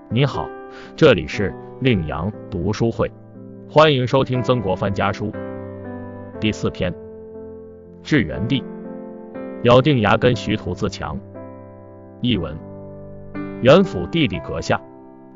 你好，这里是令阳读书会，欢迎收听曾国藩家书第4篇。至元帝，咬定牙根徐图自强。译文：元辅弟弟阁下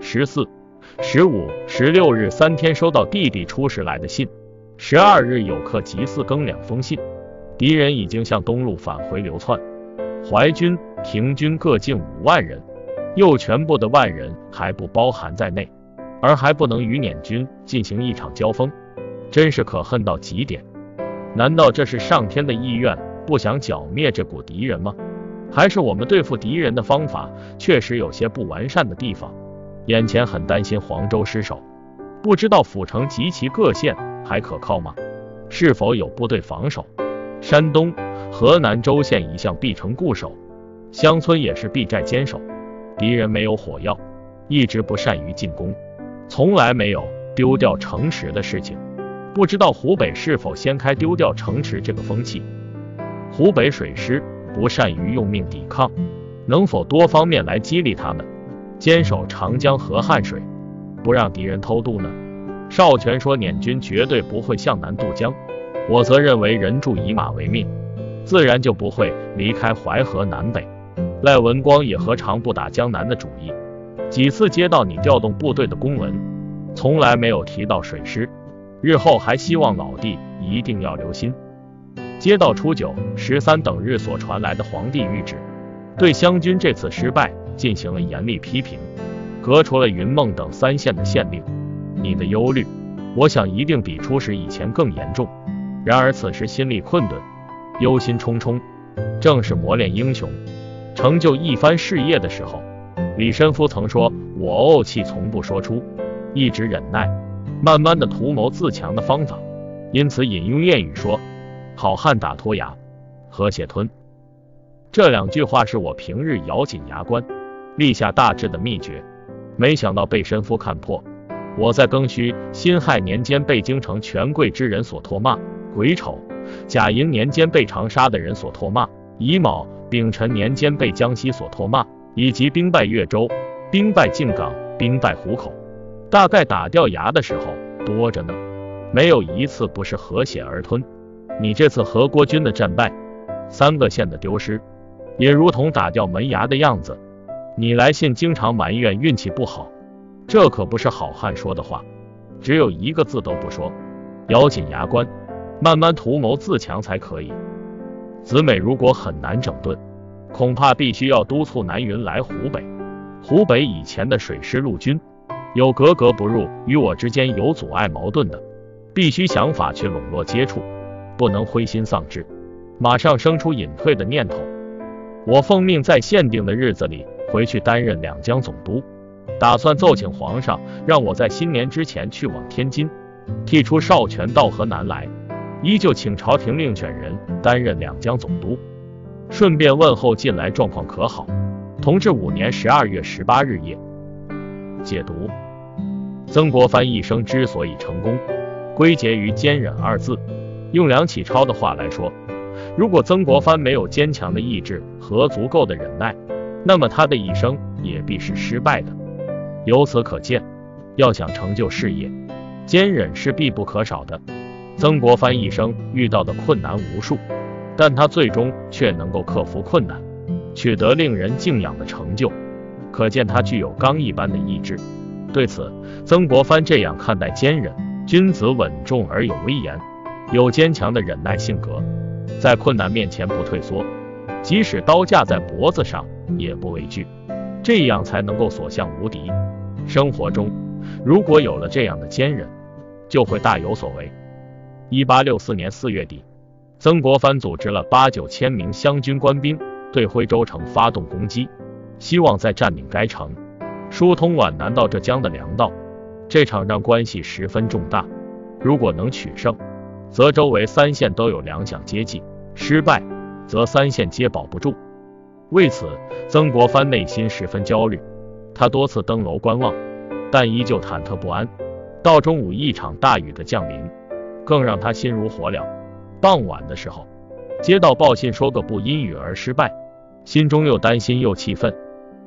14、15、16日3天收到弟弟出使来的信，12日有客集4更2封信。敌人已经向东路返回流窜，淮军、平军各近5万人，右全部的万人还不包含在内，而还不能与捻军进行一场交锋，真是可恨到极点。难道这是上天的意愿，不想剿灭这股敌人吗？还是我们对付敌人的方法确实有些不完善的地方？眼前很担心黄州失守，不知道府城及其各县还可靠吗？是否有部队防守？山东、河南州县一向必城固守，乡村也是必寨坚守，敌人没有火药，一直不善于进攻，从来没有丢掉城池的事情。不知道湖北是否掀开丢掉城池这个风气？湖北水师不善于用命抵抗，能否多方面来激励他们，坚守长江和汉水，不让敌人偷渡呢？邵全说捻军绝对不会向南渡江，我则认为人助以马为命，自然就不会离开淮河南北。赖文光也何尝不打江南的主意？几次接到你调动部队的公文，从来没有提到水师，日后还希望老弟一定要留心。接到初9、13等日所传来的皇帝谕旨，对湘军这次失败进行了严厉批评，革除了云梦等3县的县令。你的忧虑，我想一定比出使以前更严重。然而此时心力困顿，忧心忡忡，正是磨练英雄成就一番事业的时候。李申夫曾说，我怄气从不说出，一直忍耐，慢慢的图谋自强的方法。因此引用谚语说，好汉打脱牙，和血吞。这2句话是我平日咬紧牙关立下大志的秘诀，没想到被申夫看破。我在庚戌辛亥年间被京城权贵之人所唾骂，癸丑甲寅年间被长沙的人所唾骂，乙卯丙辰年间被江西所唾骂，以及兵败越州、兵败靖港、兵败湖口，大概打掉牙的时候多着呢，没有一次不是和血而吞。你这次和国军的战败，3个县的丢失，也如同打掉门牙的样子。你来信经常埋怨运气不好，这可不是好汉说的话，只有1个字都不说，咬紧牙关，慢慢图谋自强才可以。子美如果很难整顿，恐怕必须要督促南云来湖北。湖北以前的水师陆军有格格不入，与我之间有阻碍矛盾的，必须想法去笼络接触，不能灰心丧志，马上生出隐退的念头。我奉命在限定的日子里回去担任两江总督，打算奏请皇上让我在新年之前去往天津，剔除邵全到河南来，依旧请朝廷另选人担任两江总督，顺便问候近来状况可好。同治5年12月18日夜。解读：曾国藩一生之所以成功，归结于坚忍2字。用梁启超的话来说，如果曾国藩没有坚强的意志和足够的忍耐，那么他的一生也必是失败的。由此可见，要想成就事业，坚忍是必不可少的。曾国藩一生遇到的困难无数，但他最终却能够克服困难，取得令人敬仰的成就，可见他具有刚毅般的意志。对此，曾国藩这样看待坚忍：君子稳重而有威严，有坚强的忍耐性格，在困难面前不退缩，即使刀架在脖子上也不畏惧，这样才能够所向无敌。生活中如果有了这样的坚忍，就会大有所为。1864年4月底，曾国藩组织了8、9千名湘军官兵对徽州城发动攻击，希望在占领该城，疏通皖南到浙江的粮道。这场仗关系十分重大，如果能取胜，则周围3县都有粮饷接济；失败，则3县皆保不住。为此，曾国藩内心十分焦虑，他多次登楼观望，但依旧忐忑不安。到中午，一场大雨的降临，更让他心如火燎。傍晚的时候，接到报信说个不因雨而失败，心中又担心又气愤，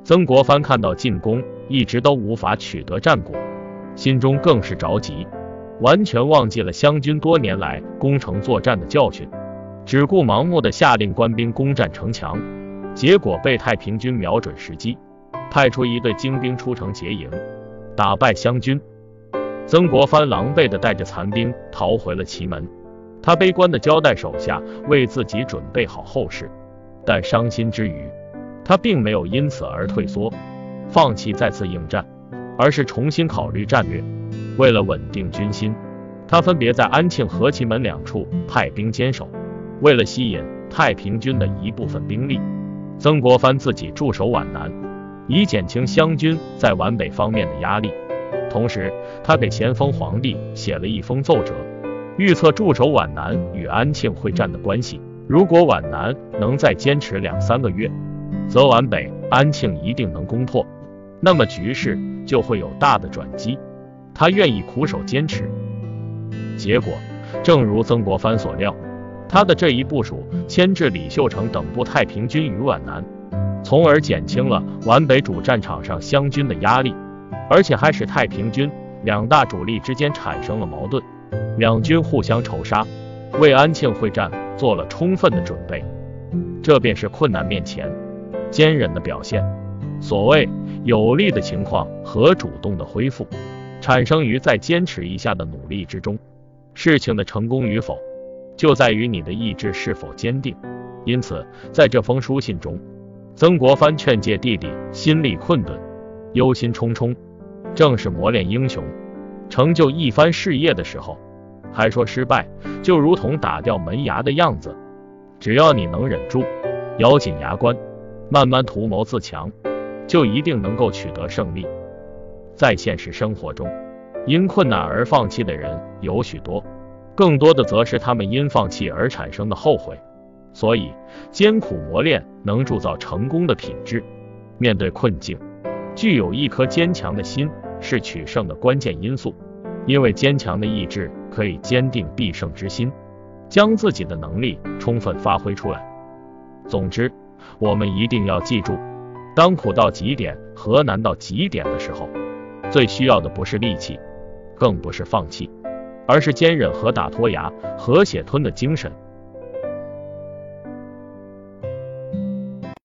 曾国藩看到进攻一直都无法取得战果，心中更是着急，完全忘记了湘军多年来攻城作战的教训，只顾盲目的下令官兵攻占城墙，结果被太平军瞄准时机，派出一队精兵出城劫营，打败湘军。曾国藩狼狈地带着残兵逃回了祁门，他悲观地交代手下为自己准备好后事，但伤心之余，他并没有因此而退缩，放弃再次应战，而是重新考虑战略。为了稳定军心，他分别在安庆和祁门两处派兵坚守。为了吸引太平军的一部分兵力，曾国藩自己驻守皖南，以减轻湘军在皖北方面的压力。同时，他给咸丰皇帝写了一封奏折，预测驻守皖南与安庆会战的关系。如果皖南能再坚持2-3个月，则皖北、安庆一定能攻破，那么局势就会有大的转机。他愿意苦守坚持。结果，正如曾国藩所料，他的这一部署牵制李秀成等部太平军于皖南，从而减轻了皖北主战场上湘军的压力，而且还使太平军两大主力之间产生了矛盾，两军互相仇杀，为安庆会战做了充分的准备。这便是困难面前坚韧的表现。所谓有利的情况和主动的恢复，产生于再坚持一下的努力之中。事情的成功与否，就在于你的意志是否坚定。因此，在这封书信中，曾国藩劝诫弟弟心力困顿，忧心忡忡，正是磨练英雄成就一番事业的时候。还说失败就如同打掉门牙的样子，只要你能忍住，咬紧牙关，慢慢图谋自强，就一定能够取得胜利。在现实生活中，因困难而放弃的人有许多，更多的则是他们因放弃而产生的后悔。所以，艰苦磨练能铸造成功的品质。面对困境，具有一颗坚强的心是取胜的关键因素，因为坚强的意志可以坚定必胜之心，将自己的能力充分发挥出来。总之，我们一定要记住，当苦到极点和难到极点的时候，最需要的不是力气，更不是放弃，而是坚韧和打脱牙和血吞的精神。